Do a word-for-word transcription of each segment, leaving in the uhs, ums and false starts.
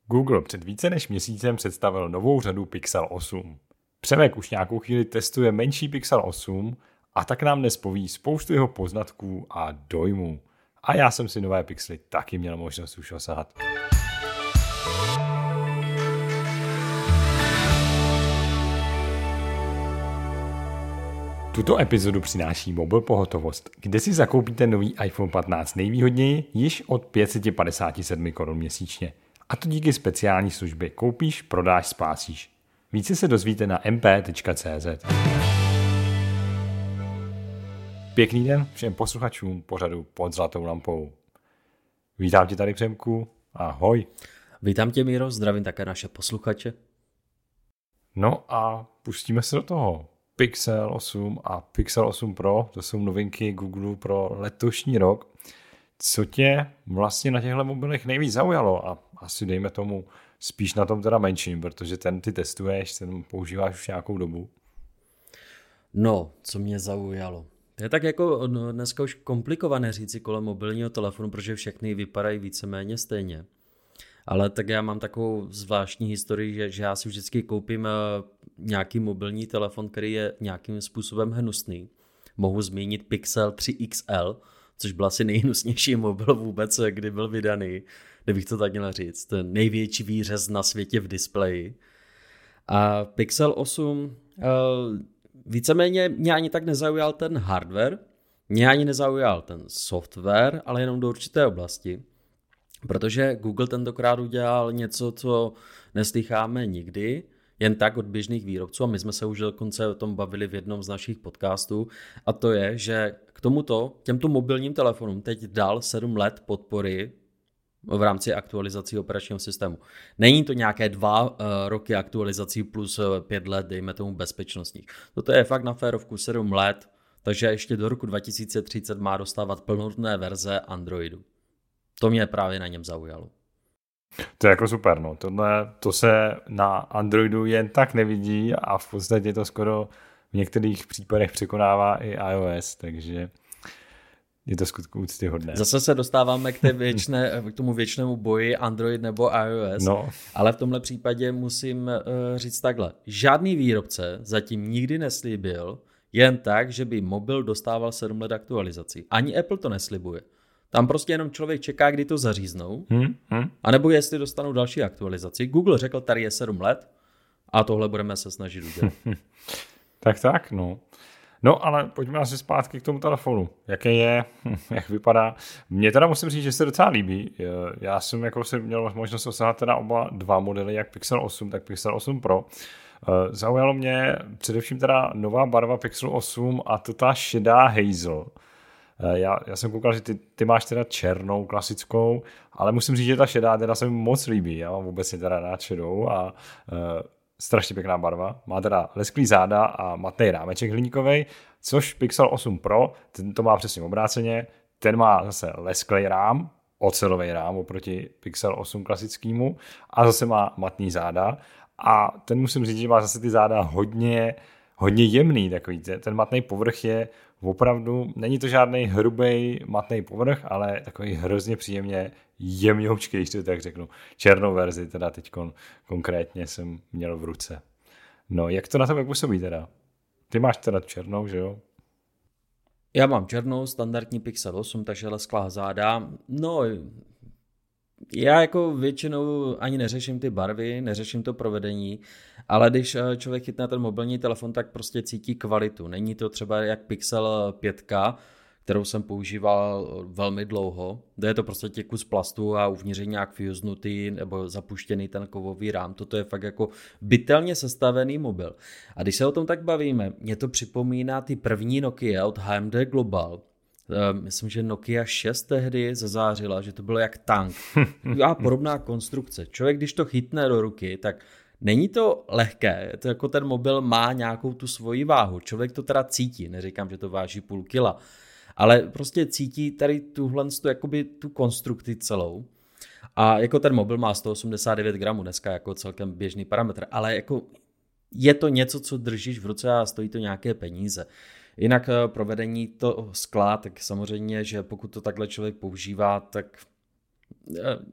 Google před více než měsícem představil novou řadu Pixel osm. Přemek už nějakou chvíli testuje menší Pixel osm a tak nám dnes poví spoustu jeho poznatků a dojmů. A já jsem si nové Pixely taky měl možnost už osahat. Tuto epizodu přináší Mobil Pohotovost, kde si zakoupíte nový iPhone patnáct nejvýhodněji již od pět set padesát sedm korun měsíčně. A to díky speciální službě Koupíš, prodáš, spásíš. Více se dozvíte na m p tečka c z. Pěkný den všem posluchačům pořadu Pod zlatou lampou. Vítám tě tady, Přemku. Ahoj. Vítám tě, Míro, zdravím také naše posluchače. No a pustíme se do toho. Pixel osm a Pixel osm Pro, to jsou novinky Google pro letošní rok. Co tě vlastně na těchto mobilech nejvíc zaujalo? A asi dejme tomu spíš na tom teda menším, protože ten ty testuješ, ten používáš už nějakou dobu. No, co mě zaujalo? To je tak jako no, dneska už komplikované říci kolem mobilního telefonu, protože všechny vypadají víceméně stejně. Ale tak já mám takovou zvláštní historii, že, že já si vždycky koupím nějaký mobilní telefon, který je nějakým způsobem hnusný. Mohu zmínit Pixel tři X L, což byl asi nejhnusnější mobil vůbec, kdy byl vydaný, kdybych to tak měl říct. Ten největší výřez na světě v displeji. A Pixel osm, víceméně mě ani tak nezaujal ten hardware, mě ani nezaujal ten software, ale jenom do určité oblasti. Protože Google tentokrát udělal něco, co neslycháme nikdy, jen tak od běžných výrobců, a my jsme se už dokonce o tom bavili v jednom z našich podcastů, a to je, že k tomuto, těmto mobilním telefonům teď dal sedm let podpory v rámci aktualizací operačního systému. Není to nějaké dva uh, roky aktualizací plus uh, pět let, dejme tomu bezpečnostních. Toto je fakt na férovku sedm let, takže ještě do roku dva tisíce třicet má dostávat plnohodnotné verze Androidu. To mě právě na něm zaujalo. To je jako super, no. Tohle, to se na Androidu jen tak nevidí a v podstatě to skoro v některých případech překonává i iOS, takže je to skutku úctyhodné. Zase se dostáváme k, té věčné, k tomu věčnému boji Android nebo iOS, no. Ale v tomhle případě musím říct takhle. Žádný výrobce zatím nikdy neslíbil jen tak, že by mobil dostával sedm let aktualizací. Ani Apple to neslibuje. Tam prostě jenom člověk čeká, kdy to zaříznou, hmm, hmm. anebo jestli dostanou další aktualizaci. Google řekl, tady je sedm let a tohle budeme se snažit udělat. tak tak, no. No ale pojďme asi zpátky k tomu telefonu. Jaký je, jak vypadá. Mně teda musím říct, že se docela líbí. Já jsem jako si měl možnost osahat teda oba dva modely, jak Pixel osm, tak Pixel osm Pro. Zaujalo mě především teda nová barva Pixel osm a to ta šedá hazel. Já, já jsem koukal, že ty, ty máš teda černou, klasickou, ale musím říct, že ta šedá teda se mi moc líbí. Já mám vůbec teda rád šedou a uh, strašně pěkná barva. Má teda lesklý záda a matný rámeček hliníkovej, což Pixel osm Pro, ten to má přesně obráceně, ten má zase lesklý rám, ocelový rám oproti Pixel osm klasickému a zase má matný záda a ten musím říct, že má zase ty záda hodně, hodně jemný takový. Ten matný povrch je opravdu, není to žádný hrubý matný povrch, ale takový hrozně příjemně jemňoučký, když to tak řeknu. Černou verzi teda teď konkrétně jsem měl v ruce. No, jak to na tebe působí teda? Ty máš teda černou, že jo? Já mám černou, standardní Pixel osm, takže lesklá záda. No, já jako většinou ani neřeším ty barvy, neřeším to provedení, ale když člověk chytne ten mobilní telefon, tak prostě cítí kvalitu. Není to třeba jak Pixel pět, kterou jsem používal velmi dlouho, kde je to prostě kus plastu a uvnitř je nějak fusenutý nebo zapuštěný ten kovový rám. Toto je fakt jako bytelně sestavený mobil. A když se o tom tak bavíme, mě to připomíná ty první Nokia od H M D Global. Myslím, že Nokia šest tehdy zazářila, že to bylo jak tank. A podobná konstrukce. Člověk, když to chytne do ruky, tak není to lehké. To jako ten mobil má nějakou tu svoji váhu. Člověk to teda cítí. Neříkám, že to váží půl kila. Ale prostě cítí tady tuhle jakoby tu konstrukci celou. A jako ten mobil má sto osmdesát devět gramů dneska jako celkem běžný parametr. Ale jako je to něco, co držíš v ruce a stojí to nějaké peníze. Jinak provedení to skla, tak samozřejmě, že pokud to takhle člověk používá, tak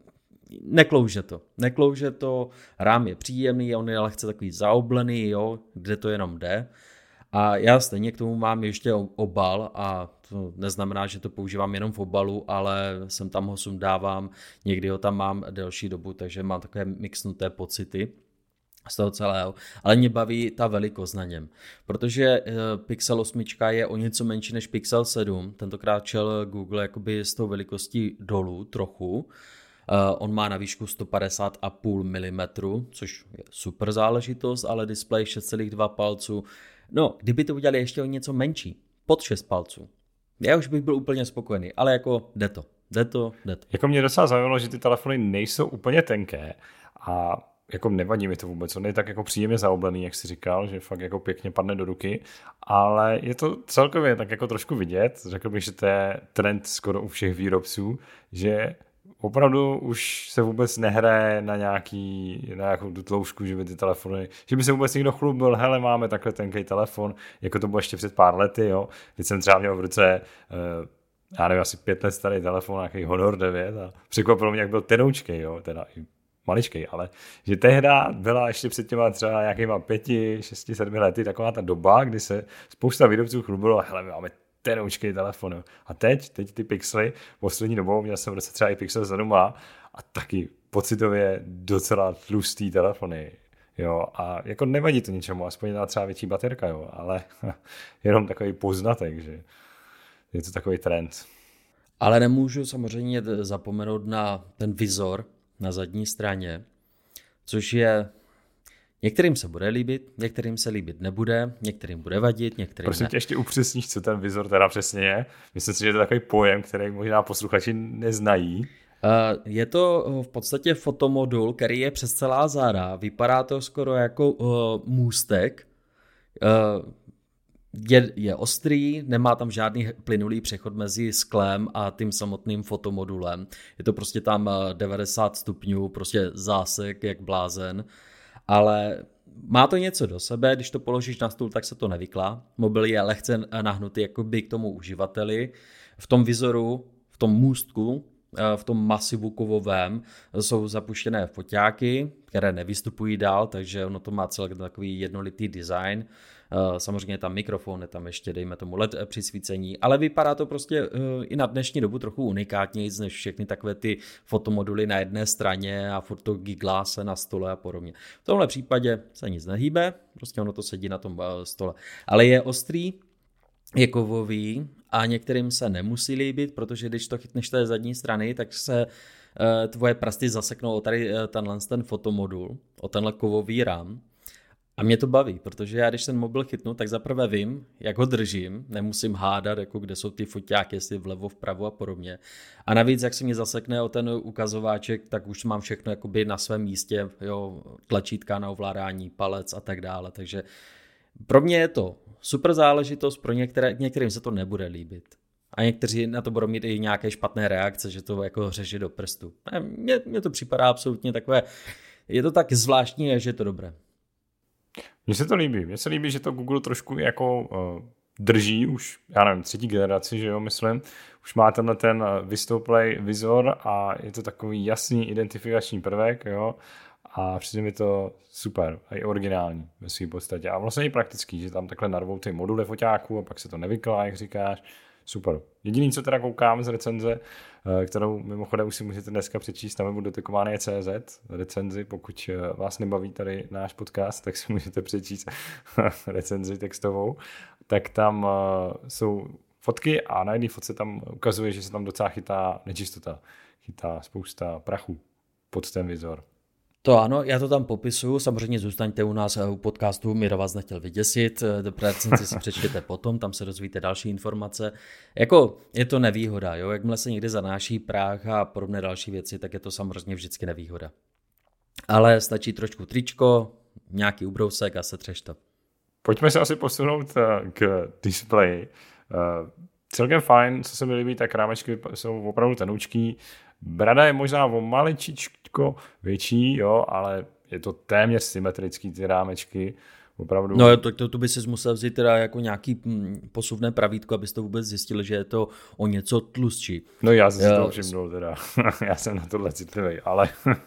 neklouže to. Neklouže to, rám je příjemný, on je lehce takový zaoblený, jo, kde to jenom jde. A já stejně k tomu mám ještě obal a to neznamená, že to používám jenom v obalu, ale sem tam ho sundávám, někdy ho tam mám delší dobu, takže mám takové mixnuté pocity z toho celého. Ale mě baví ta velikost na něm, protože Pixel osm je o něco menší než Pixel sedm, tentokrát šel Google jakoby s tou velikostí dolů trochu. Uh, on má na výšku sto padesát celá pět milimetru, což je super záležitost, ale displej šest celá dva palců. No, kdyby to udělali ještě o něco menší, pod šest palců, já už bych byl úplně spokojený, ale jako jde to, jde to, jde to. Jako mě docela zajímalo, že ty telefony nejsou úplně tenké a jako nevadí mi to vůbec, on je tak jako příjemně zaoblený, jak jsi říkal, že fakt jako pěkně padne do ruky, ale je to celkově tak jako trošku vidět, řekl bych, že to je trend skoro u všech výrobců, že opravdu už se vůbec nehraje na, nějaký, na nějakou tu tloušku, že by ty telefony, že by se vůbec někdo chlubil, hele, máme takhle tenký telefon, jako to bylo ještě před pár lety, jo. Teď jsem třeba měl v ruce, já nevím, asi pět let starý telefon, nějaký Honor devět a překvapilo mě, jak byl tenoučkej, jo, teda i maličkej, ale že tehda byla ještě před těma třeba nějakýma pěti, šesti, sedmi lety taková ta doba, kdy se spousta výrobců chlubilo, hele, my máme tenoučkej telefon. Jo. A teď, teď ty Pixely, poslední dobou, měl jsem v roce třeba i Pixel sedm a, a taky pocitově docela tlustý telefony. Jo, a jako nevadí to ničemu, aspoň je třeba větší baterka, jo, ale jenom takový poznatek, že je to takový trend. Ale nemůžu samozřejmě zapomenout na ten vizor na zadní straně, což je některým se bude líbit, některým se líbit nebude, některým bude vadit, některým Prosím ne. tě, ještě upřesníš, co ten vizor teda přesně je. Myslím si, že je to takový pojem, který možná posluchači neznají. Je to v podstatě fotomodul, který je přes celá záda. Vypadá to skoro jako uh, můstek. Uh, je, je ostrý, nemá tam žádný plynulý přechod mezi sklem a tím samotným fotomodulem. Je to prostě tam devadesát stupňů, prostě zásek jak blázen. Ale má to něco do sebe, když to položíš na stůl, tak se to nevyklá. Mobil je lehce nahnutý jakoby k tomu uživateli. V tom vizoru, v tom můstku, v tom masivu kovovém jsou zapuštěné foťáky, které nevystupují dál, takže ono to má celý takový jednolitý design. Samozřejmě tam mikrofon, je tam ještě dejme tomu el é dé přisvícení, ale vypadá to prostě i na dnešní dobu trochu unikátněji než všechny takové ty fotomoduly na jedné straně a furt to giglá se na stole a podobně. V tomhle případě se nic nehýbe, prostě ono to sedí na tom stole, ale je ostrý, je kovový a některým se nemusí líbit, protože když to chytneš té zadní strany, tak se tvoje prsty zaseknou o tady tenhle ten fotomodul, o tenhle kovový rám. A mě to baví, protože já když ten mobil chytnu, tak zaprvé vím, jak ho držím, nemusím hádat, jako kde jsou ty foťáky, jestli vlevo, vpravo a podobně. A navíc, jak se mi zasekne o ten ukazováček, tak už mám všechno jakoby na svém místě, jo, tlačítka na ovládání, palec a tak dále. Takže pro mě je to super záležitost, pro některé, některým se to nebude líbit. A někteří na to budou mít i nějaké špatné reakce, že to jako řeže do prstu. Mně, mně to připadá absolutně takové, je to tak zvláštní, že je to dobré. Mně se to líbí. Mně se líbí, že to Google trošku jako uh, drží už, já nevím, třetí generaci, že jo, myslím. Už má tenhle ten vystouplej vizor a je to takový jasný identifikační prvek, jo. A přijde mi to super, a i originální ve své podstatě. A vlastně i praktický, že tam takhle narvou ty moduly foťáků a pak se to nevyklá, jak říkáš. Super. Jediný, co teda koukám z recenze, kterou mimochodem už si můžete dneska přečíst na webu dotekovány tečka cé zet, recenzi, pokud vás nebaví tady náš podcast, tak si můžete přečíst recenzi textovou, tak tam jsou fotky a na jedné fotce tam ukazuje, že se tam docela chytá nečistota, chytá spousta prachu pod ten vizor. To ano, já to tam popisuju, samozřejmě zůstaňte u nás u podcastu, Miro vás nechtěl vyděsit, recenzi si přečtěte potom, tam se dozvíte další informace. Jako je to nevýhoda, jo? Jakmile se někdy zanáší prach a podobné další věci, tak je to samozřejmě vždycky nevýhoda. Ale stačí trošku tričko, nějaký ubrousek a setřeš to. Pojďme se asi posunout k displeji. Celkem fajn, co se mi líbí, tak rámečky jsou opravdu tenoučký. Brada je možná o maličičko větší, jo, ale je to téměř symetrický ty rámečky. opravdu... No to, to, to by si musel vzít teda jako nějaký hm, posuvné pravítko, abyste to vůbec zjistili, že je to o něco tlustší. No já jsem si to všimnul teda, já jsem na tohle citlivý, ale...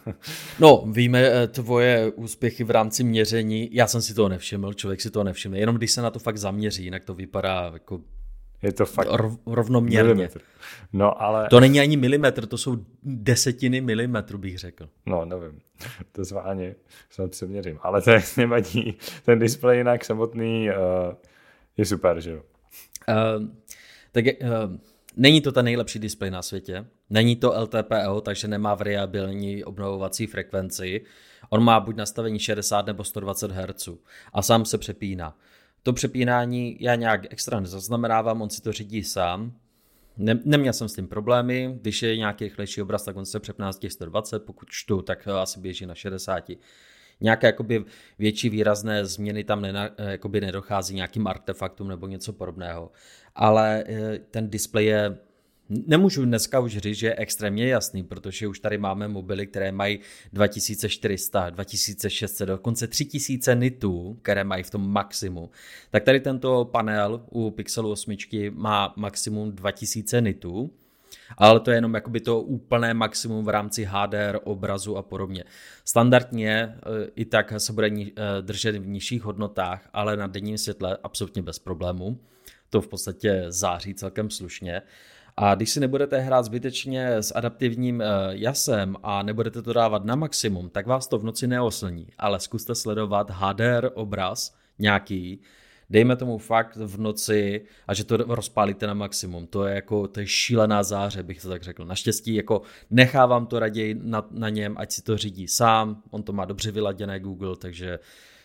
No, víme tvoje úspěchy v rámci měření, já jsem si toho nevšiml, člověk si toho nevšiml, jenom když se na to fakt zaměří, jinak to vypadá jako... Je to fakt rov, rovnoměrně. Milimetr. No, ale... To není ani milimetr, to jsou desetiny milimetru, bych řekl. No, nevím. To zváně snad přeměřím. Ale to nevadí. Ten displej jinak samotný uh, je super, že jo? Uh, tak uh, není to ten nejlepší displej na světě. Není to L T P O, takže nemá variabilní obnovovací frekvenci. On má buď nastavení šedesát nebo sto dvacet hertzů a sám se přepíná. To přepínání já nějak extra nezaznamenávám, on si to řídí sám. Ne, neměl jsem s tím problémy, když je nějaký rychlejší obraz, tak on se přepíná z těch sto dvacet, pokud čtu, tak asi běží na šedesát. Nějaké jakoby větší výrazné změny tam nena, jakoby nedochází nějakým artefaktům nebo něco podobného. Ale ten displej je, nemůžu dneska už říct, že je extrémně jasný, protože už tady máme mobily, které mají dva tisíce čtyři sta, dva tisíce šest set, dokonce tři tisíce nitů, které mají v tom maximu. Tak tady tento panel u Pixelu osm má maximum dva tisíce nitů, ale to je jenom jakoby to úplné maximum v rámci H D R, obrazu a podobně. Standardně i tak se bude držet v nižších hodnotách, ale na denním světle absolutně bez problému. To v podstatě září celkem slušně. A když si nebudete hrát zbytečně s adaptivním jasem a nebudete to dávat na maximum, tak vás to v noci neoslní, ale zkuste sledovat H D R obraz nějaký, dejme tomu fakt v noci a že to rozpálíte na maximum. To je jako, to je šílená záře, bych to tak řekl. Naštěstí jako nechávám to raději na, na něm, ať si to řídí sám, on to má dobře vyladěné Google, takže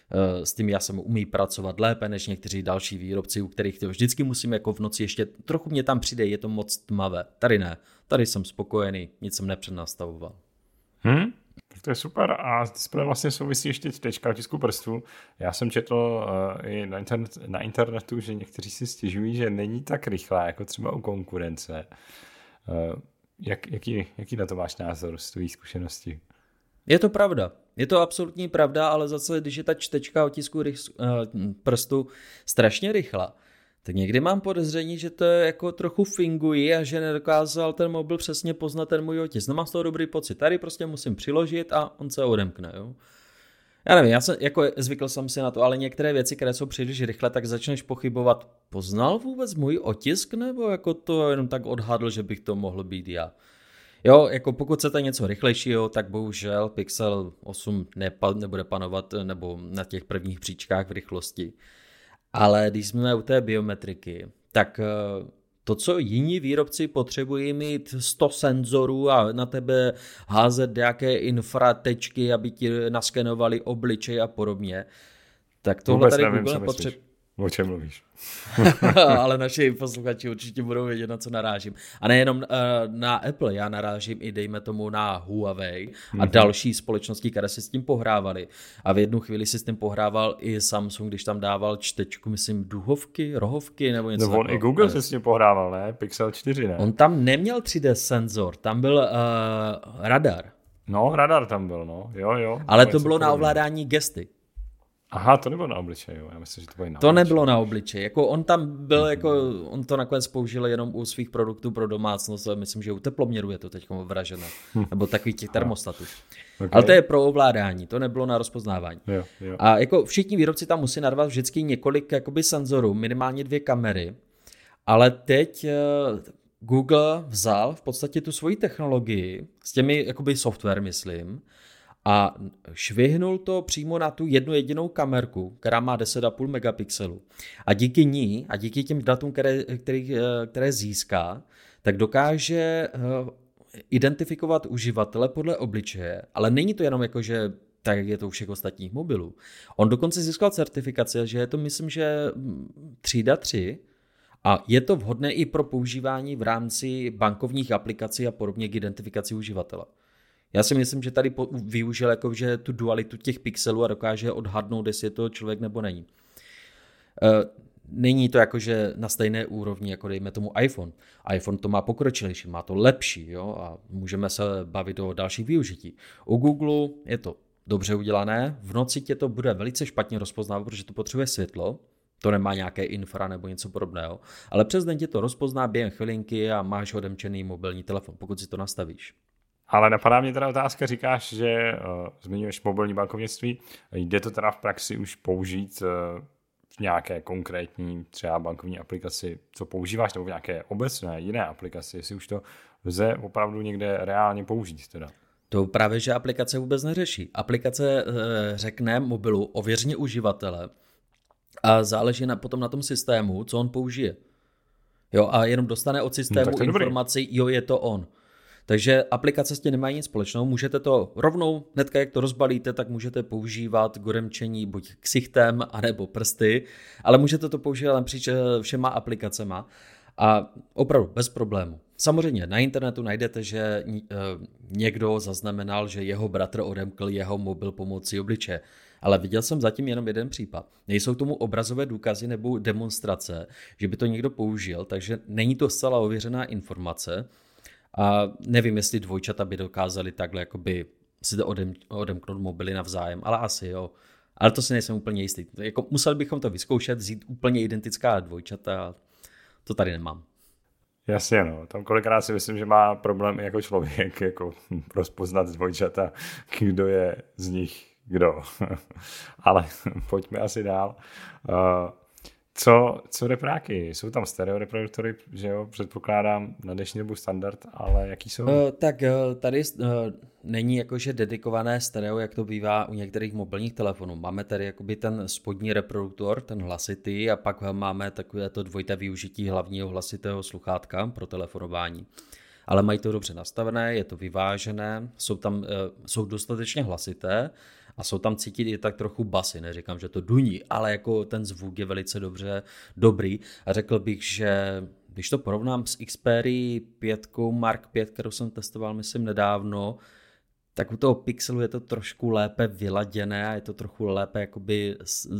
s tím já jsem umí pracovat lépe než někteří další výrobci, u kterých to vždycky musím jako v noci ještě, trochu mě tam přijde, je to moc tmavé. Tady ne, tady jsem spokojený, nic jsem nepřednastavoval. Hmm, to je super a s displejem vlastně souvisí ještě tečka otisku prstů. Já jsem četl uh, i na, internet, na internetu, že někteří si stěžují, že není tak rychlá jako třeba u konkurence. Uh, jak, jaký, jaký na to máš názor z tvých zkušeností? Je to pravda. Je to absolutní pravda, ale zase, když je ta čtečka otisku rych, prstu strašně rychlá, tak někdy mám podezření, že to je jako trochu fingují a že nedokázal ten mobil přesně poznat ten můj otisk. Nemám z toho dobrý pocit. Tady prostě musím přiložit a on se odemkne. Jo? Já nevím, já jsem, jako zvykl jsem si na to, ale některé věci, které jsou příliš rychle, tak začneš pochybovat. Poznal vůbec můj otisk, nebo jako to jenom tak odhadl, že bych to mohl být já? Jo, jako pokud chcete něco rychlejšího, tak bohužel Pixel osm nepa, nebude panovat nebo na těch prvních příčkách v rychlosti. Ale když jsme u té biometriky, tak to, co jiní výrobci potřebují mít sto senzorů a na tebe házet nějaké infratečky, aby ti naskenovali obličej a podobně, tak tohle Vůbec tady nevím, Google potřebuje. O čem mluvíš? Ale naši posluchači určitě budou vědět, na co narážím. A nejenom uh, na Apple, já narážím i dejme tomu na Huawei a mm-hmm. další společnosti, které si s tím pohrávali. A v jednu chvíli si s tím pohrával i Samsung, když tam dával čtečku, myslím, duhovky, rohovky nebo něco. No on i Google ne. se s tím pohrával, ne? Pixel čtyři, ne? On tam neměl tři dé senzor, tam byl uh, radar. No, radar tam byl, no. Jo, jo. Ale to bylo na ovládání gesty. Aha, to nebylo na obličeji, jo. Já myslím, že to bylo na To obličeji. nebylo na obličeji. Jako on tam byl, mm-hmm. jako on to nakonec použil jenom u svých produktů pro domácnost, ale myslím, že u teploměru je to teď vraženo. Nebo takových těch termostatů. Okay. Ale to je pro ovládání, to nebylo na rozpoznávání. Jo, jo. A jako všichni výrobci tam musí narvat vždycky několik jakoby senzorů, minimálně dvě kamery. Ale teď Google vzal v podstatě tu svoji technologii s těmi jakoby software, myslím, a švihnul to přímo na tu jednu jedinou kamerku, která má deset celá pět megapixelů. A díky ní a díky těm datům, které, které, které získá, tak dokáže identifikovat uživatele podle obličeje. Ale není to jenom jako, že tak, jak je to u všech ostatních mobilů. On dokonce získal certifikaci, že je to, myslím, že třída tři a je to vhodné i pro používání v rámci bankovních aplikací a podobně k identifikaci uživatele. Já si myslím, že tady využil jako, že tu dualitu těch pixelů a dokáže odhadnout, jestli je to člověk nebo není. Není to jakože na stejné úrovni, jako dejme tomu iPhone. iPhone to má pokročilejší, má to lepší, jo, a můžeme se bavit o dalších využití. U Google je to dobře udělané, v noci tě to bude velice špatně rozpoznávat, protože to potřebuje světlo, to nemá nějaké infra nebo něco podobného, ale přes den tě to rozpozná během chvilinky a máš odemčený mobilní telefon, pokud si to nastavíš. Ale napadá mě teda otázka, říkáš, že uh, zmiňuješ mobilní bankovnictví, jde to teda v praxi už použít uh, v nějaké konkrétní třeba bankovní aplikaci, co používáš, nebo v nějaké obecné jiné aplikaci, jestli už to lze opravdu někde reálně použít teda. To právě, že aplikace vůbec neřeší. Aplikace uh, řekne mobilu ověřně uživatele a záleží na, potom na tom systému, co on použije. Jo, a jenom dostane od systému no, informaci, jo, je to on. Takže aplikace s tím nemají nic společného, můžete to rovnou, hnedka jak to rozbalíte, tak můžete používat k odemčení buď ksichtem, anebo prsty, ale můžete to používat napříč všema aplikacema a opravdu bez problému. Samozřejmě na internetu najdete, že někdo zaznamenal, že jeho bratr odemkl jeho mobil pomocí obličeje, ale viděl jsem zatím jenom jeden případ. Nejsou tomu obrazové důkazy nebo demonstrace, že by to někdo použil, takže není to zcela ověřená informace. A nevím, jestli dvojčata by dokázali takhle jakoby si to odem, odemknout mobily navzájem, ale asi jo. Ale to si nejsem úplně jistý. Jako, museli bychom to vyzkoušet, vzít úplně identická dvojčata, to tady nemám. Jasně, no. Tam kolikrát si myslím, že má problém i jako člověk, jako rozpoznat dvojčata, kdo je z nich kdo. Ale pojďme asi dál. Uh, Co, co repráky? Jsou tam stereo reproduktory, že jo, předpokládám na dnešní dobu standard, ale jaký jsou? Uh, tak uh, tady uh, není jakože dedikované stereo, jak to bývá u některých mobilních telefonů. Máme tady jakoby ten spodní reproduktor, ten hlasitý, a pak máme takové to dvojité využití hlavního hlasitého sluchátka pro telefonování. Ale mají to dobře nastavené, je to vyvážené, jsou tam uh, jsou dostatečně hlasité, a jsou tam cítit i tak trochu basy, neříkám, že to duní, ale jako ten zvuk je velice dobře dobrý a řekl bych, že když to porovnám s Xperia pět Mark pět, kterou jsem testoval, myslím, nedávno, tak u toho Pixelu je to trošku lépe vyladěné a je to trochu lépe jakoby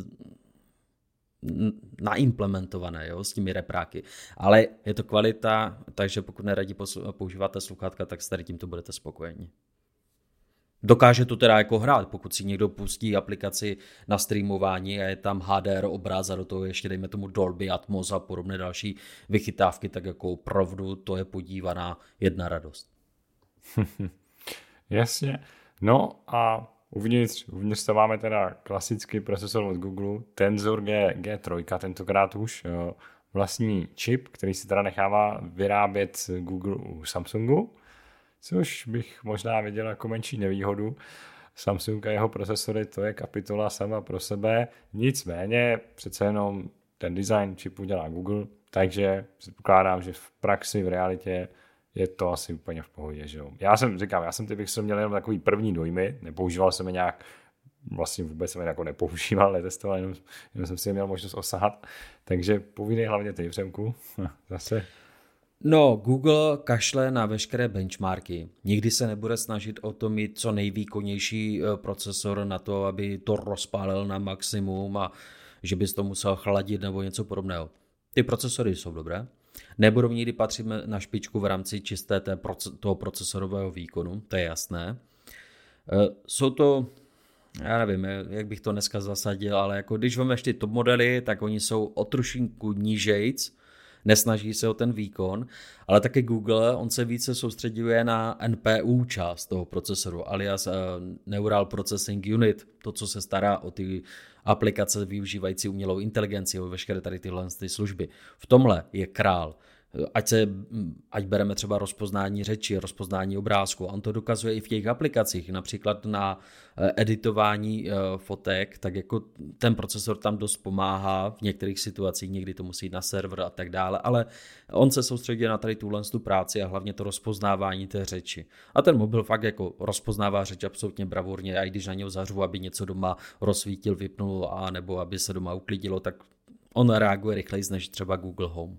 naimplementované, jo, s těmi repráky. Ale je to kvalita, takže pokud neradi používáte sluchátka, tak s tady tímto budete spokojeni. Dokáže to teda jako hrát, pokud si někdo pustí aplikaci na streamování a je tam H D R obráz a do toho ještě dejme tomu Dolby Atmos a podobné další vychytávky, tak jako opravdu to je podívaná jedna radost. Jasně. No a uvnitř, uvnitř to máme teda klasický procesor od Google, Tensor G, G tři, tentokrát už jo, vlastní čip, který si teda nechává vyrábět Google u Samsungu, což bych možná viděl jako menší nevýhodu. Samsung a jeho procesory, to je kapitola sama pro sebe. Nicméně přece jenom ten design čipu dělá Google, takže předpokládám, že v praxi, v realitě je to asi úplně v pohodě. Že jo? Já jsem, říkám, já jsem ty bych měl jenom takový první dojmy, nepoužíval jsem je nějak, vlastně vůbec jsem je jako nepoužíval, netestoval, jenom, jenom jsem si je měl možnost osahat. Takže povídej hlavně ty, Přemku, zase. No, Google kašle na veškeré benchmarky. Nikdy se nebude snažit o to mít co nejvýkonnější procesor na to, aby to rozpálil na maximum a že bys to musel chladit nebo něco podobného. Ty procesory jsou dobré. Nebudou nikdy patřit na špičku v rámci čisté té proces- toho procesorového výkonu, to je jasné. Jsou to, já nevím, jak bych to dneska zasadil, ale jako když vemeš ty top modely, tak oni jsou o trošinku nížejc, nesnaží se o ten výkon, ale taky Google, on se více soustředuje na N P U část toho procesoru, alias uh, Neural Processing Unit, to, co se stará o ty aplikace využívající umělou inteligenci, o veškeré tady tyhle ty služby. V tomhle je král. Ať, se, ať bereme třeba rozpoznání řeči, rozpoznání obrázku, on to dokazuje i v těch aplikacích, například na editování fotek, tak jako ten procesor tam dost pomáhá v některých situacích, někdy to musí jít na server a tak dále, ale on se soustředí na tady tuhle tu práci a hlavně to rozpoznávání té řeči. A ten mobil fakt jako rozpoznává řeč absolutně bravurně, a i když na něj zařvu, aby něco doma rozsvítil, vypnul a nebo aby se doma uklidilo, tak on reaguje rychleji než třeba Google Home.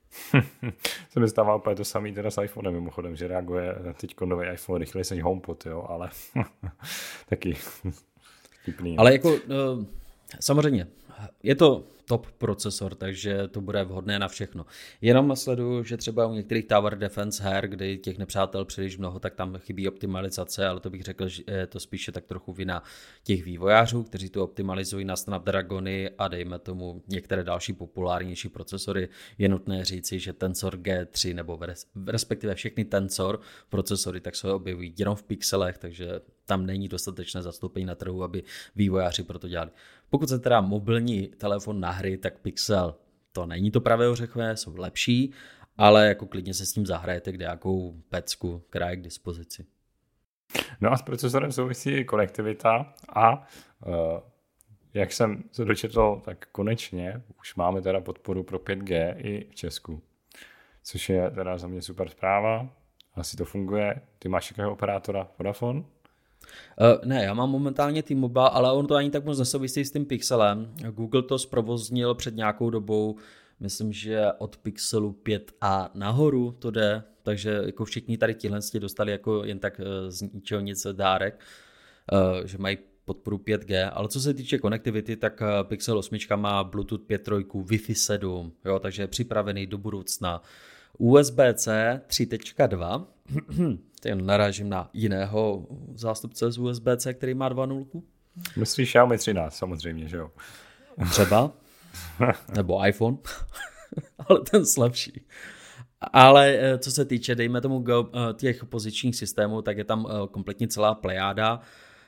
Se mi stává úplně to samý teda s iPhonem mimochodem, že reaguje teď nový iPhone rychleji než HomePod, jo, ale taky vtipný. Ale jako samozřejmě, je to top procesor, takže to bude vhodné na všechno. Jenom sleduju, že třeba u některých tower defense her, kdy těch nepřátel příliš mnoho, tak tam chybí optimalizace, ale to bych řekl, že je to spíše tak trochu vina těch vývojářů, kteří to optimalizují na Snapdragony a dejme tomu některé další populárnější procesory. Je nutné říci, že Tensor G tři nebo respektive všechny Tensor procesory tak se objevují jenom v pixelech, takže tam není dostatečné zastoupení na trhu, aby vývojáři proto dělali. Pokud se teda mobilní telefon na hry, tak Pixel to není to pravé ořechové, jsou lepší, ale jako klidně se s tím zahrajete kdejakou pecku, která je k dispozici. No a s procesorem souvisí konektivita a uh, jak jsem se dočetl, tak konečně už máme teda podporu pro pět G i v Česku, což je teda za mě super zpráva. Asi to funguje. Ty máš jakého operátora? Vodafone? Uh, ne, já mám momentálně T-Mobile, ale on to ani tak moc nesouvisí s tím Pixelem. Google to zprovoznil před nějakou dobou, myslím, že od Pixelu pět a nahoru to jde, takže jako všichni tady tihle dostali jako jen tak z ničeho nic dárek, uh, že mají podporu pět G, ale co se týče konektivity, tak Pixel osm má Bluetooth pět tři, Wi-Fi sedm, jo, takže je připravený do budoucna. U S B C tři tečka dva, ten narážím na jiného zástupce z U S B C, který má dva tečka nula. Myslíš Xiaomi třináct, samozřejmě, že jo? Třeba, nebo iPhone, ale ten slabší. Ale co se týče, dejme tomu těch pozičních systémů, tak je tam kompletně celá plejáda.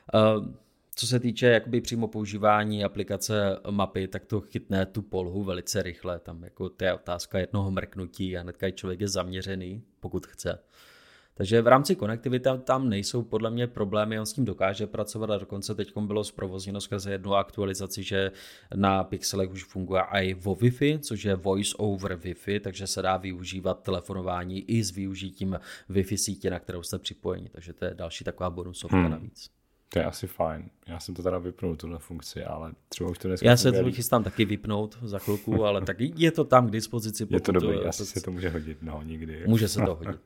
Co se týče jakoby přímo používání aplikace mapy, tak to chytne tu polhu velice rychle. Tam jako to je otázka jednoho mrknutí a hnedka člověk je zaměřený, pokud chce. Takže v rámci konektivity tam nejsou podle mě problémy, on s tím dokáže pracovat a dokonce teď bylo zprovozněno skrze jednu aktualizaci, že na Pixelech už funguje i vo Wi-Fi, což je Voice over Wi-Fi, takže se dá využívat telefonování i s využitím Wi-Fi sítě, na kterou jste připojeni. Takže to je další taková bonusovka hmm. navíc. To je asi fajn. Já jsem to teda vypnul, tuhle funkci, ale třeba už to dneska... Já se to chystám taky vypnout za chvilku, ale tak je to tam k dispozici. Je to dobrý, to, asi to... se to může hodit, no, nikdy. Může se to hodit.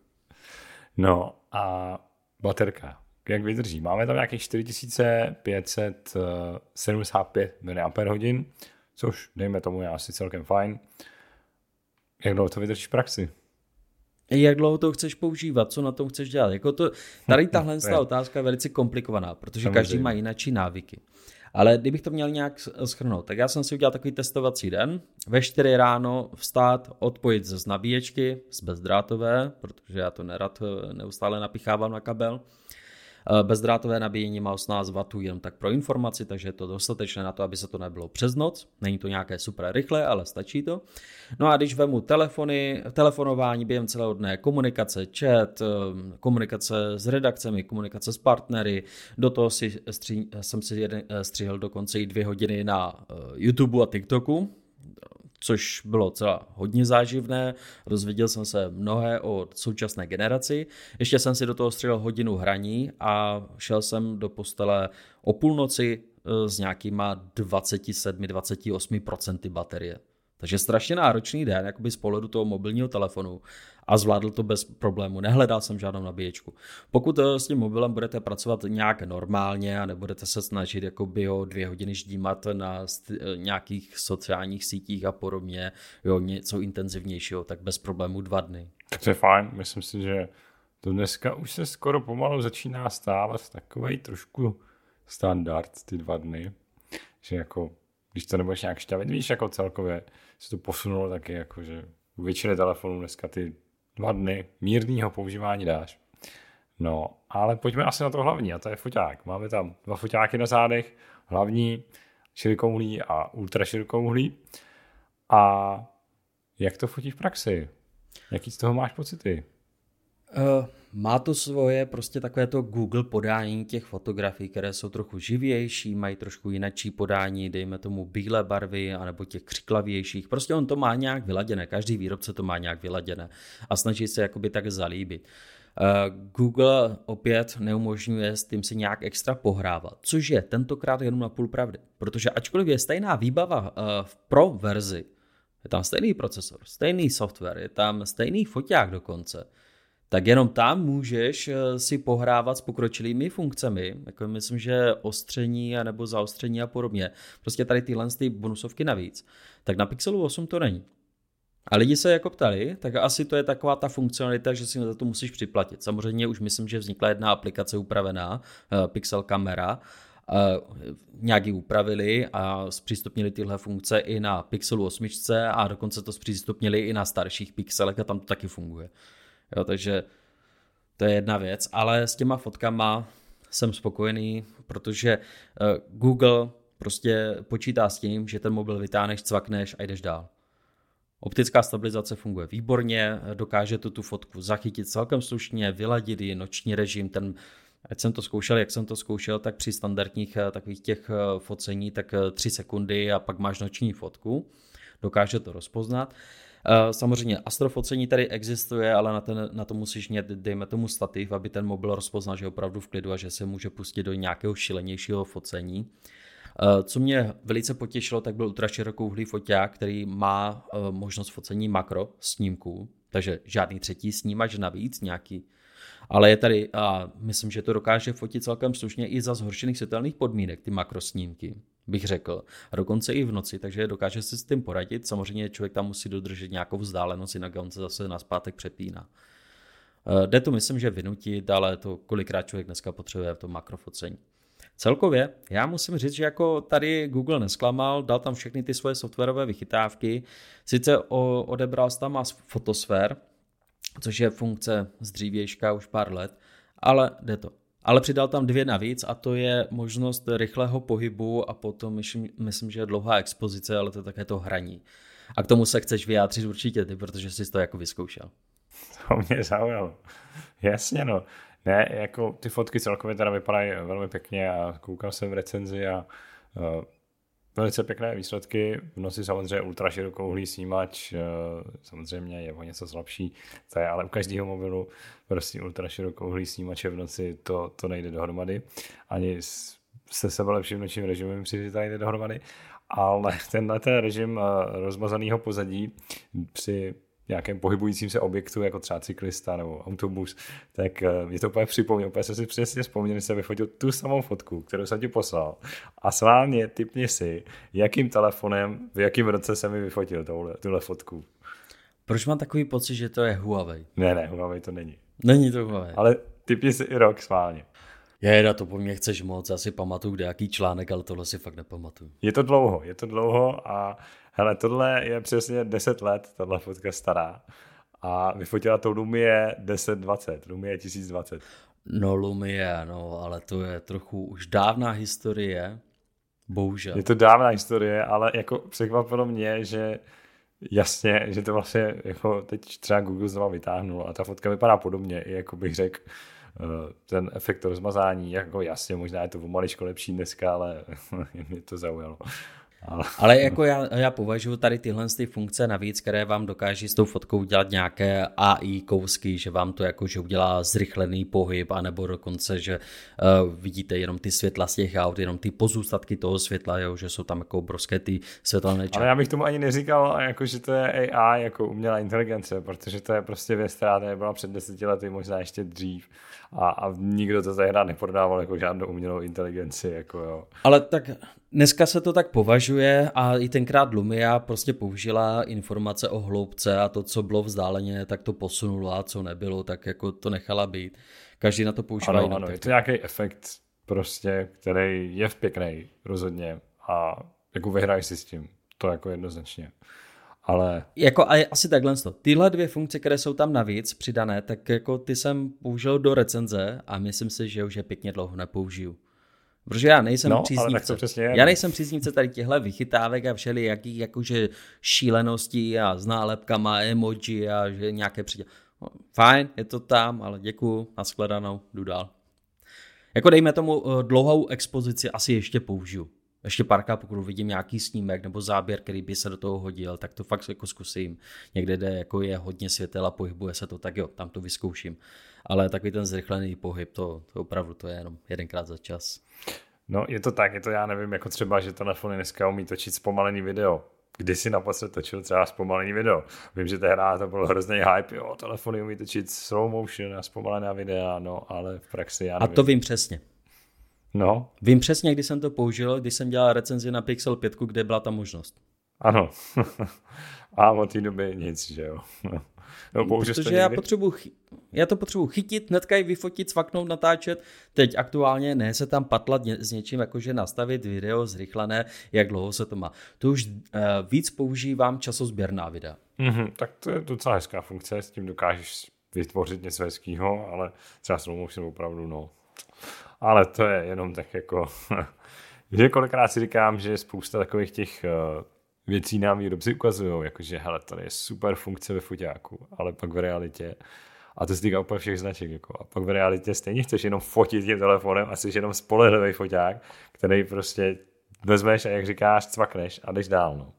No a baterka, jak vydrží? Máme tam nějakých čtyři tisíce pět set sedmdesát pět miliampérhodin, což dejme tomu je asi celkem fajn. Jak dlouho to vydrží v praxi? Jak dlouho to chceš používat, co na tom chceš dělat? Jako to, tady tahle ta otázka je velice komplikovaná, protože samozřejmě každý má jináčí návyky. Ale kdybych to měl nějak shrnout, tak já jsem si udělal takový testovací den. Ve čtyři ráno vstát, odpojit ze nabíječky, z bezdrátové, protože já to nerad neustále napichávám na kabel. Bezdrátové nabíjení má osmnáct wattů jenom tak pro informaci, takže je to dostatečné na to, aby se to nebylo přes noc. Není to nějaké super rychlé, ale stačí to. No a když vemu telefony, telefonování během celého dne, komunikace, chat, komunikace s redakcemi, komunikace s partnery, do toho si stří, jsem si jeden, stříhl dokonce i dvě hodiny na YouTube a TikToku, což bylo celá hodně záživné, rozvěděl jsem se mnohé o současné generaci, ještě jsem si do toho střelil hodinu hraní a šel jsem do postele o půlnoci s nějakýma dvacet sedm až dvacet osm procent baterie. Takže strašně náročný den, jakoby z pohledu toho mobilního telefonu a zvládl to bez problému. Nehledal jsem žádnou nabíječku. Pokud s tím mobilem budete pracovat nějak normálně a nebudete se snažit jakoby ho dvě hodiny ždímat na nějakých sociálních sítích a podobně, jo, něco intenzivnějšího, tak bez problému dva dny. Tak to je fajn. Myslím si, že to dneska už se skoro pomalu začíná stávat takovej trošku standard ty dva dny, že jako když to nebudeš nějak šťavit, víš, jako celkově se to posunulo taky, jako že u většiny telefonů dneska ty dva dny mírného používání dáš. No, ale pojďme asi na to hlavní, a to je foťák. Máme tam dva foťáky na zádech, hlavní, širokouhlý a ultraširokouhlý. A jak to fotí v praxi? Jaký z toho máš pocity? Uh, má to svoje prostě takové to Google podání těch fotografií, které jsou trochu živější, mají trošku jinačí podání, dejme tomu bílé barvy, anebo těch křiklavějších. Prostě on to má nějak vyladěné, každý výrobce to má nějak vyladěné a snaží se jakoby tak zalíbit. Uh, Google opět neumožňuje s tím si nějak extra pohrávat, což je tentokrát jenom na půl pravdy, protože ačkoliv je stejná výbava uh, v Pro verzi, je tam stejný procesor, stejný software, je tam stejný foťák dokonce, tak jenom tam můžeš si pohrávat s pokročilými funkcemi, jako myslím, že ostření nebo zaostření a podobně. Prostě tady tyhle ty bonusovky navíc. Tak na Pixelu osm to není. A lidi se jako ptali, tak asi to je taková ta funkcionalita, že si za to musíš připlatit. Samozřejmě už myslím, že vznikla jedna aplikace upravená, Pixel Camera, nějak ji upravili a zpřístupnili tyhle funkce i na Pixelu osm a dokonce to zpřístupnili i na starších Pixelech a tam to taky funguje. Jo, takže to je jedna věc, ale s těma fotkama jsem spokojený, protože Google prostě počítá s tím, že ten mobil vytáhneš, cvakneš a jdeš dál. Optická stabilizace funguje výborně, dokáže tu tu fotku zachytit celkem slušně, vyladit ji, noční režim, ten, ať jsem to zkoušel, jak jsem to zkoušel, tak při standardních takových těch focení, tak tři sekundy a pak máš noční fotku, dokáže to rozpoznat. Samozřejmě astrofocení tady existuje, ale na, ten, na to musíš mít, dejme tomu stativ, aby ten mobil rozpoznal, že je opravdu v klidu a že se může pustit do nějakého šilenějšího focení. Co mě velice potěšilo, tak byl ultraširokouhlý foťák, který má možnost focení makro snímků, takže žádný třetí snímač navíc nějaký, ale je tady a myslím, že to dokáže fotit celkem slušně i za zhoršených světelných podmínek, ty makrosnímky, bych řekl, a dokonce i v noci, takže dokáže si s tím poradit. Samozřejmě člověk tam musí dodržet nějakou vzdálenost, jinak on se zase nazpátek přepíná. Jde to myslím, že vynutit, ale to kolikrát člověk dneska potřebuje to makrofocení. Celkově, já musím říct, že jako tady Google nesklamal, dal tam všechny ty svoje softwarové vychytávky, sice o, odebral tam fotosfér, což je funkce z dřívějška už pár let, ale jde to. Ale přidal tam dvě navíc a to je možnost rychlého pohybu a potom myslím, myslím že dlouhá expozice, ale to je také to hraní. A k tomu se chceš vyjádřit určitě ty, protože jsi to jako vyzkoušel. To mě zaujalo. Jasně no. Ne, jako ty fotky celkově teda vypadají velmi pěkně a koukal jsem v recenzi a uh, velice pěkné výsledky. V noci samozřejmě ultraširokouhlý snímač, uh, samozřejmě je o něco slabší, to je ale u každého mobilu prostě ultraširokouhlý snímače v noci to, to nejde dohromady. Ani se sebelepším nočním režimem přijde to nejde dohromady, ale tenhle ten režim uh, rozmazaného pozadí při nějakém pohybujícím se objektu, jako třeba cyklista nebo autobus, tak mě to úplně připomněl. Úplně jsem si přesně vzpomněl, že jsem vyfotil tu samou fotku, kterou jsem ti poslal. A sválně tipni si, jakým telefonem, v jakém roce jsem mi vyfotil tohle, tuhle fotku. Proč mám takový pocit, že to je Huawei? Ne, ne, Huawei to není. Není to Huawei. Ale tipni si i rok sválně. Jeda, to po mně chceš moc, já si pamatuju nějaký článek, ale tohle si fakt nepamatuju. Je to dlouho, je to dlouho a hele, tohle je přesně deset let, tahle fotka stará a vyfotila to Lumie deset dvacet, Lumie tisíc dvacet. No Lumie, no, ale to je trochu už dávná historie, bohužel. Je to dávná historie, ale jako překvapilo mě, že jasně, že to vlastně jako teď třeba Google znova vytáhnul a ta fotka vypadá podobně, i jako bych řekl, ten efekt rozmazání, jako jasně, možná je to o maličko lepší dneska, ale mě to zaujalo. Ale, ale jako já, já považuji tady tyhle ty funkce navíc, které vám dokáží s tou fotkou dělat nějaké A I kousky, že vám to jako, že udělá zrychlený pohyb, anebo dokonce, že uh, vidíte jenom ty světla z těch aut, jenom ty pozůstatky toho světla, jo, že jsou tam jako obrovské ty světelné čáry. Ale já bych tomu ani neříkal, jako, že to je A I, jako umělá inteligence, protože to je prostě věc, která tady byla před deseti lety, možná ještě dřív. A, a nikdo to tady neprodával jako žádnou umělou inteligenci. Jako jo. Ale tak dneska se to tak považuje a i tenkrát Lumia prostě použila informace o hloubce a to, co bylo vzdáleně, tak to posunula a co nebylo, tak jako to nechala být. Každý na to používá jinak. Ano, ano, je to nějaký efekt prostě, který je pěkný rozhodně a jako vyhraješ si s tím, to jako jednoznačně. Ale... Jako a asi takhle to. Tyhle dvě funkce, které jsou tam navíc přidané, tak jako ty jsem použil do recenze a myslím si, že už je pěkně dlouho nepoužiju. Protože já nejsem no, příznivce. Já nejsem příznivce tady těchto vychytávek a všelijakých jakože šíleností a s nálepkama, emoji a že nějaké přiděl. No, fajn, je to tam, ale děkuju, nashledanou, jdu dál. Jako dejme tomu dlouhou expozici asi ještě použiju. Ještě párkrát, pokud vidím nějaký snímek nebo záběr, který by se do toho hodil, tak to fakt jako zkusím. Někde, kde jako je hodně světel a pohybuje se to, tak jo, tam to vyzkouším. Ale takový ten zrychlený pohyb, to, to opravdu to je jenom jedenkrát za čas. No je to tak, je to já nevím, jako třeba, že telefony dneska umí točit zpomalený video. kdy si naposled točil třeba zpomalený video. Vím, že tehdy to byl hrozný hype, jo, telefony umí točit slow motion a zpomalená videa, no, ale v praxi já nevím. A to vím přesně. No. Vím přesně, kdy jsem to použil, když jsem dělal recenzi na Pixel pět, kde byla ta možnost. Ano. A od té doby nic, že jo. No, protože já, potřebuji, já to potřebuji chytit, hnedka ji vyfotit, cvaknout, natáčet. Teď aktuálně ne se tam patlat ně, s něčím, jakože nastavit video zrychlené, jak dlouho se to má. To už uh, víc používám časozběrná videa. Mm-hmm, tak to je docela hezká funkce, s tím dokážeš vytvořit něco hezkýho, ale třeba slow motion opravdu, no. Ale to je jenom tak jako, že kolikrát si říkám, že je spousta takových těch uh, věcí nám výrobci ukazují, jakože hele, tady je super funkce ve foťáku, ale pak v realitě, a to se týká úplně všech značek, jako, a pak v realitě stejně chceš jenom fotit tím telefonem a jsi jenom spolehlivý foťák, který prostě vezmeš a jak říkáš, cvakneš a jdeš dál, no.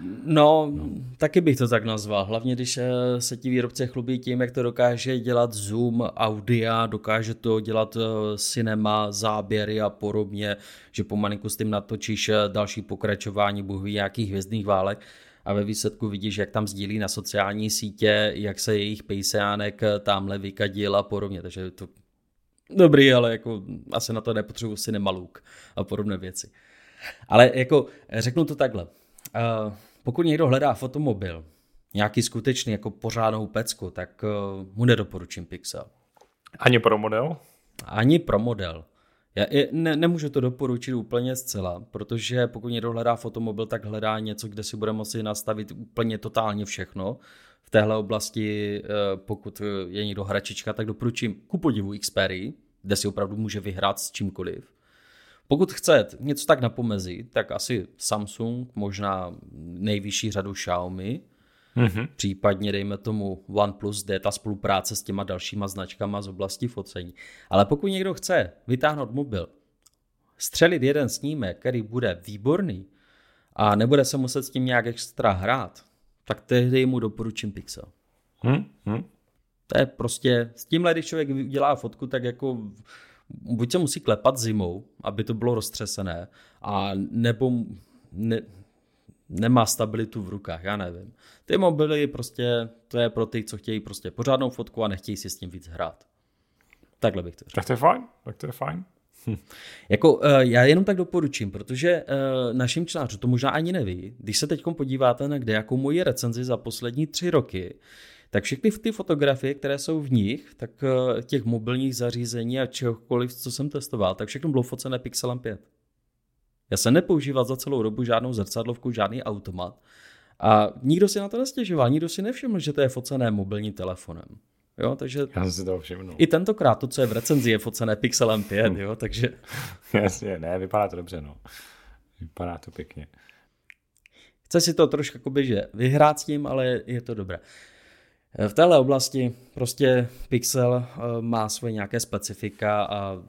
No, no, taky bych to tak nazval. Hlavně, když se ti výrobce chlubí tím, jak to dokáže dělat zoom, audia, dokáže to dělat cinema, záběry a podobně, že pomalinku s tím natočíš další pokračování, bůh ví, nějakých hvězdných válek a ve výsledku vidíš, jak tam sdílí na sociální sítě, jak se jejich pejseánek tamhle vykadil a podobně, takže to dobrý, ale jako asi na to nepotřebuji cinema look a podobné věci. Ale jako řeknu to takhle. Uh, pokud někdo hledá fotomobil, nějaký skutečný jako pořádnou pecku, tak uh, mu nedoporučím Pixel. Ani pro model? Ani pro model. Já ne, nemůžu to doporučit úplně zcela, protože pokud někdo hledá fotomobil, tak hledá něco, kde si bude moci nastavit úplně totálně všechno. V téhle oblasti, uh, pokud je někdo hračička, tak doporučím ku podivu Xperia, kde si opravdu může vyhrát s čímkoliv. Pokud chcete něco tak na pomezí, tak asi Samsung, možná nejvyšší řadu Xiaomi, mm-hmm. případně dejme tomu OnePlus, kde je ta spolupráce s těma dalšíma značkama z oblasti focení. Ale pokud někdo chce vytáhnout mobil, střelit jeden snímek, který bude výborný a nebude se muset s tím nějak extra hrát, tak tehdy mu doporučím Pixel. Mm-hmm. To je prostě, s tímhle, když člověk dělá fotku, tak jako buď se musí klepat zimou, aby to bylo roztřesené, a nebo ne, nemá stabilitu v rukách, já nevím. Ty mobily prostě, to je pro ty, co chtějí prostě pořádnou fotku a nechtějí si s tím víc hrát. Takhle bych to řekl. Tak to je fajn, tak to je fajn. Hm. Jako já jenom tak doporučím, protože našim čtenářům to možná ani neví. Když se teď podíváte na kde jakou moji recenzi za poslední tři roky, tak všechny ty fotografie, které jsou v nich, tak těch mobilních zařízení a čehokoliv, co jsem testoval, tak všechno bylo focené Pixelem pět. Já jsem nepoužíval za celou dobu žádnou zrcadlovku, žádný automat a nikdo si na to nestěžoval, nikdo si nevšiml, že to je focené mobilním telefonem. Jo, takže já jsem si to všimnul. I tentokrát to, co je v recenzi, je focené Pixelem pět, jo, takže... Jasně, ne, vypadá to dobře, no. Vypadá to pěkně. Chce si to trošku jakoby, že vyhrát s tím, ale je to dobré. V téhle oblasti prostě Pixel má svoje nějaké specifika a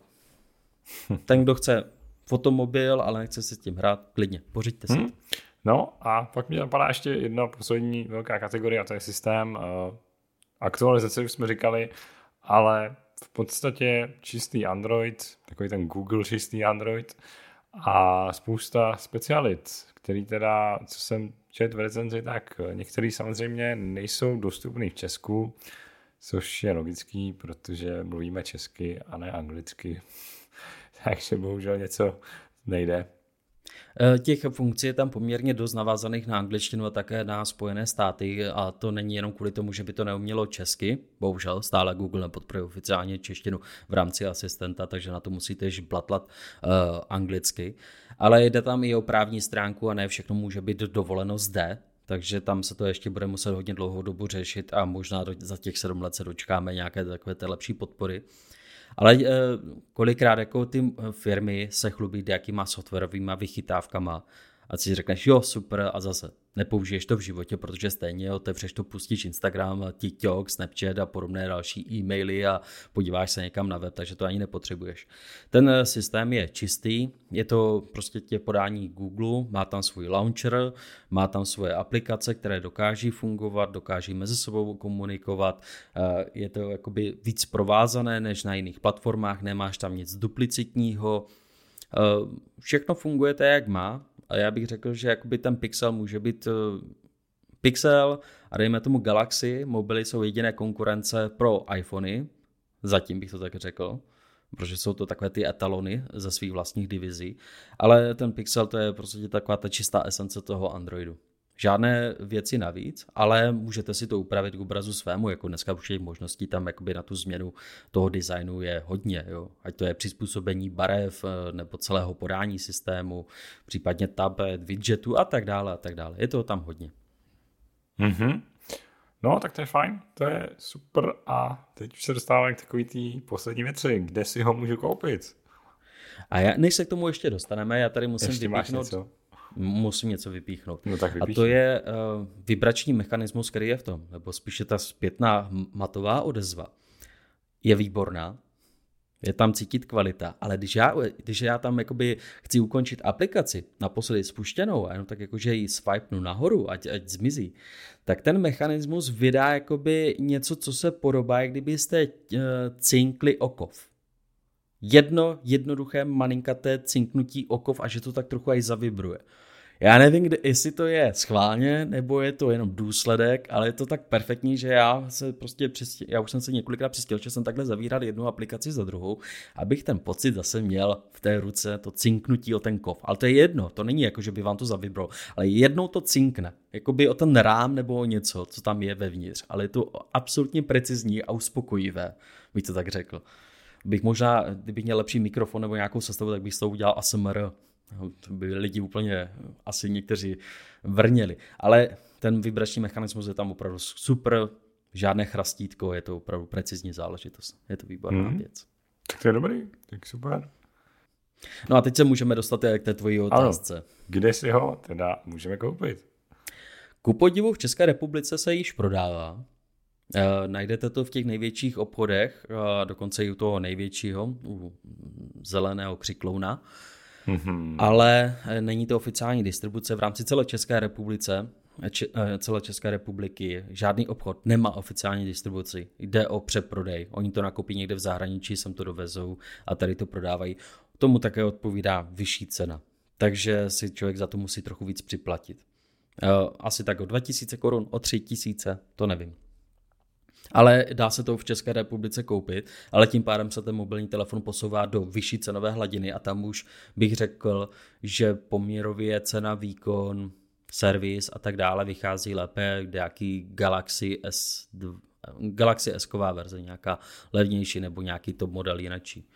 ten, kdo chce fotomobil, ale nechce si s tím hrát, klidně, pořiďte si. Hmm. No a pak mě napadá ještě jedna poslední velká kategorie a to je systém aktualizace, už jsme říkali, ale v podstatě čistý Android, takový ten Google čistý Android a spousta specialit, který teda, co jsem čet v recenzi, tak některý samozřejmě nejsou dostupný v Česku, což je logický, protože mluvíme česky a ne anglicky. Takže bohužel něco nejde. Těch funkcí je tam poměrně dost navázaných na angličtinu a také na Spojené státy a to není jenom kvůli tomu, že by to neumělo česky. Bohužel stále Google nepodporuje oficiálně češtinu v rámci asistenta, takže na to musíte již blatlat uh, anglicky. Ale jde tam i o právní stránku a ne všechno může být dovoleno zde, takže tam se to ještě bude muset hodně dlouhou dobu řešit a možná do, za těch sedm let se dočkáme nějaké takové té lepší podpory. Ale e, kolikrát jako ty firmy se chlubí jakýma softwarovýma vychytávkama a si řekneš, jo, super, a zase nepoužiješ to v životě, protože stejně otevřeš to, pustíš Instagram, TikTok, Snapchat a podobné další e-maily a podíváš se někam na web, takže to ani nepotřebuješ. Ten systém je čistý, je to prostě tě podání Google, má tam svůj launcher, má tam svoje aplikace, které dokáží fungovat, dokáží mezi sebou komunikovat, je to jakoby víc provázané než na jiných platformách, nemáš tam nic duplicitního, všechno funguje tak, jak má. A já bych řekl, že jakoby ten Pixel může být Pixel a dejme tomu Galaxy, mobily jsou jediné konkurence pro iPhony, zatím bych to tak řekl, protože jsou to takové ty etalony ze svých vlastních divizí, ale ten Pixel to je prostě taková ta čistá esence toho Androidu. Žádné věci navíc, ale můžete si to upravit k obrazu svému, jako dneska už těch možností tam jakoby na tu změnu toho designu je hodně, jo. Ať to je přizpůsobení barev nebo celého podání systému, případně tablet, widgetů a tak dále a tak dále. Je toho tam hodně. Mm-hmm. No, tak to je fajn, to je super a teď už se dostáváme k takový tý poslední věci, kde si ho můžu koupit. A já, než se k tomu ještě dostaneme, já tady musím ještě vypíchnout, něco? musím něco vypíchnout. No, tak a to je uh, vibrační mechanismus, který je v tom, nebo spíše ta zpětná matová odezva. Je výborná, je tam cítit kvalita, ale když já, když já tam jakoby chci ukončit aplikaci, naposledy spuštěnou, a jenom tak jakože ji swipenu nahoru, ať, ať zmizí, tak ten mechanismus vydá jakoby něco, co se podobá, jak kdybyste uh, cinkli okov. Jedno jednoduché malinkaté cinknutí okov a že to tak trochu aj zavibruje. Já nevím, kde, jestli to je schválně, nebo je to jenom důsledek, ale je to tak perfektní, že já se prostě přistěl, já už jsem se několikrát přistěl, že jsem takhle zavíral jednu aplikaci za druhou, abych ten pocit zase měl v té ruce, to cinknutí o ten kov. Ale to je jedno, to není jako, že by vám to zavibrovalo, ale jednou to cinkne, jakoby o ten rám nebo o něco, co tam je vevnitř, ale je to absolutně precizní a uspokojivé, bych to tak řekl. Bych možná, kdybych měl lepší mikrofon nebo nějakou sestavu, tak bych z toho udělal A S M R. To by lidi úplně asi někteří vrněli. Ale ten vibrační mechanismus je tam opravdu super, žádné chrastítko, je to opravdu precizní záležitost. Je to výborná hmm. věc. Tak to je dobrý, tak super. No a teď se můžeme dostat k té tvojí otázce. Ano, kde si ho teda můžeme koupit? Ku podivu v České republice se již prodává. E, najdete to v těch největších obchodech, e, dokonce i u toho největšího, u zeleného křiklouna. Mm-hmm. Ale není to oficiální distribuce v rámci celé České republice, če, celé České republiky. Žádný obchod nemá oficiální distribuci. Jde o přeprodej. Oni to nakopí někde v zahraničí, sem to dovezou a tady to prodávají. Tomu také odpovídá vyšší cena. Takže si člověk za to musí trochu víc připlatit. Asi tak o dva tisíce korun, o tři tisíce, to nevím. Ale dá se to v České republice koupit, ale tím pádem se ten mobilní telefon posouvá do vyšší cenové hladiny a tam už bych řekl, že poměrově cena, výkon, servis a tak dále vychází lépe, nějaký Galaxy S, Galaxy S-ková verze, nějaká levnější nebo nějaký top model jinačí.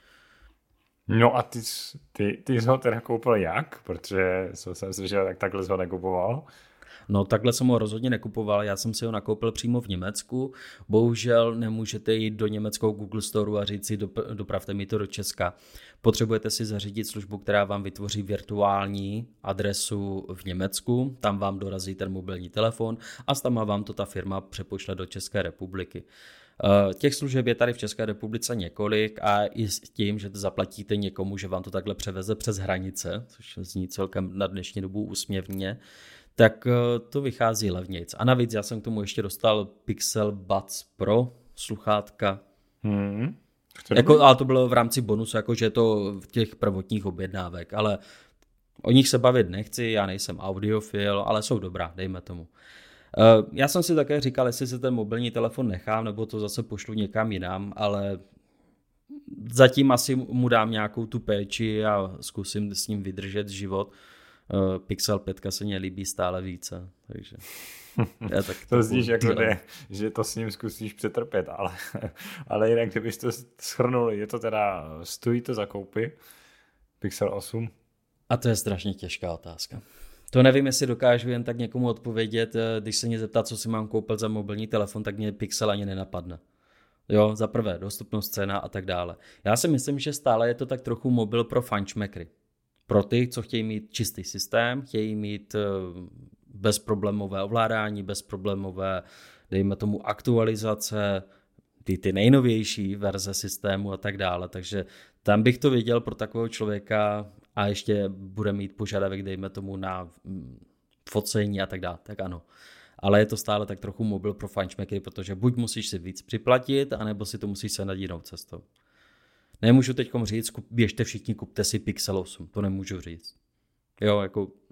No a ty, ty, ty jsi ho teda koupil jak? Protože jsem si, že tak takhle jsi ho nekupoval. No takhle jsem ho rozhodně nekupoval, já jsem si ho nakoupil přímo v Německu, bohužel nemůžete jít do německého Google Store a říct si dopravte mi to do Česka. Potřebujete si zařídit službu, která vám vytvoří virtuální adresu v Německu, tam vám dorazí ten mobilní telefon a tam vám to ta firma přepošle do České republiky. Těch služeb je tady v České republice několik a i s tím, že to zaplatíte někomu, že vám to takhle převeze přes hranice, což zní celkem na dnešní dobu úsměvně, tak to vychází levnějc. A navíc já jsem k tomu ještě dostal Pixel Buds Pro sluchátka. Hmm. Jako, ale to bylo v rámci bonusu, jakože je to v těch prvotních objednávek, ale o nich se bavit nechci, já nejsem audiofil, ale jsou dobrá, dejme tomu. Já jsem si také říkal, jestli si ten mobilní telefon nechám, nebo to zase pošlu někam jinam, ale zatím asi mu dám nějakou tu péči a zkusím s ním vydržet život. Pixel pět se mě líbí stále více, takže... Já tak to zníš jako, ne, že to s ním zkusíš přetrpět, ale, ale jinak, kdybys to shrnul, je to teda, stojí to za koupy, Pixel osm? A to je strašně těžká otázka. To nevím, jestli dokážu jen tak někomu odpovědět, když se mě zeptá, co si mám koupit za mobilní telefon, tak mě Pixel ani nenapadne. Jo, za prvé, dostupnost, cena a tak dále. Já si myslím, že stále je to tak trochu mobil pro fančmekry. Pro ty, co chtějí mít čistý systém, chtějí mít bezproblémové ovládání, bezproblémové, dejme tomu, aktualizace, ty, ty nejnovější verze systému a tak dále. Takže tam bych to viděl pro takového člověka a ještě bude mít požadavek, dejme tomu, na focení a tak dále. Tak ano. Ale je to stále tak trochu mobil pro fančmekry, protože buď musíš si víc připlatit, anebo si to musíš se jinou cestou. Nemůžu teď říct, běžte všichni, kupte si Pixel osm, to nemůžu říct. Jo, jako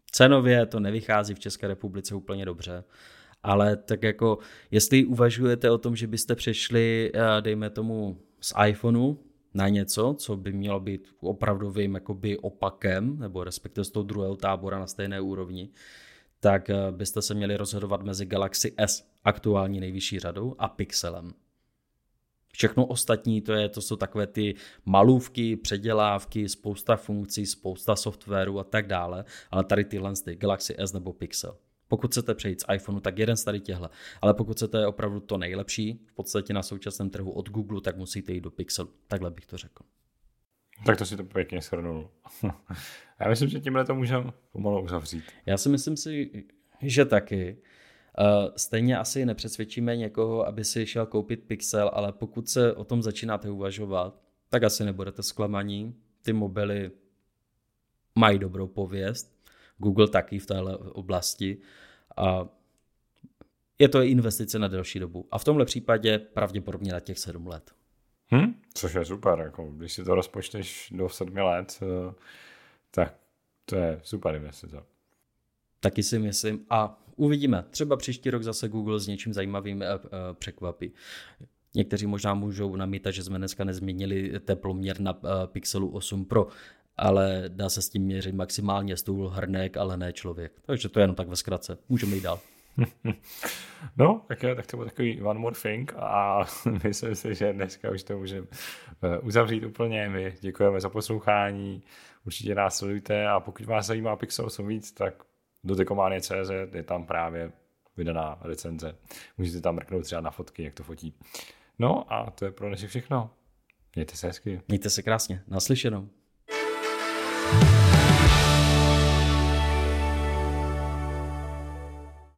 Cenově to nevychází v České republice úplně dobře, ale tak jako, jestli uvažujete o tom, že byste přešli, dejme tomu, z iPhoneu na něco, co by mělo být opravdovým jakoby opakem, nebo respektive z toho druhého tábora na stejné úrovni, tak byste se měli rozhodovat mezi Galaxy S, aktuální nejvyšší řadou, a Pixelem. Všechno ostatní, to, je, to jsou takové ty malůvky, předělávky, spousta funkcí, spousta softwaru a tak dále, ale tady tyhle ty Galaxy S nebo Pixel. Pokud chcete přejít z iPhoneu, tak jeden z tady těchto. Ale pokud chcete opravdu to nejlepší, v podstatě na současném trhu od Google, tak musíte jít do Pixelu. Takhle bych to řekl. Tak to si to pěkně shrnul. Já myslím, že tímhle to můžeme pomalu uzavřít. Já si myslím si, že taky. Stejně asi nepřesvědčíme někoho, aby si šel koupit Pixel, ale pokud se o tom začínáte uvažovat, tak asi nebudete zklamaní. Ty mobily mají dobrou pověst, Google taky v téhle oblasti. A je to investice na delší dobu. A v tomhle případě pravděpodobně na těch sedm let. Hm? Což je super. Jako, když si to rozpočteš do sedmi let, tak to je super investice. Taky si myslím. A uvidíme. Třeba příští rok zase Google s něčím zajímavým překvapí. Někteří možná můžou namítat, že jsme dneska nezměnili teploměr na Pixelu osm Pro, ale dá se s tím měřit maximálně stůl, hrnek, ale ne člověk. Takže to je jenom tak ve zkratce. Můžeme jít dál. No, tak, je, tak to byl takový one more thing a myslím si, že dneska už to můžeme uzavřít úplně. My děkujeme za poslouchání, určitě nás sledujte a pokud vás zajímá Pixel osm víc, tak do tekománie tečka cé zet je tam právě vydaná recenze. Můžete tam mrknout třeba na fotky, jak to fotí. No a to je pro dnešek všechno. Mějte se hezky. Mějte se krásně. Naslyšenou.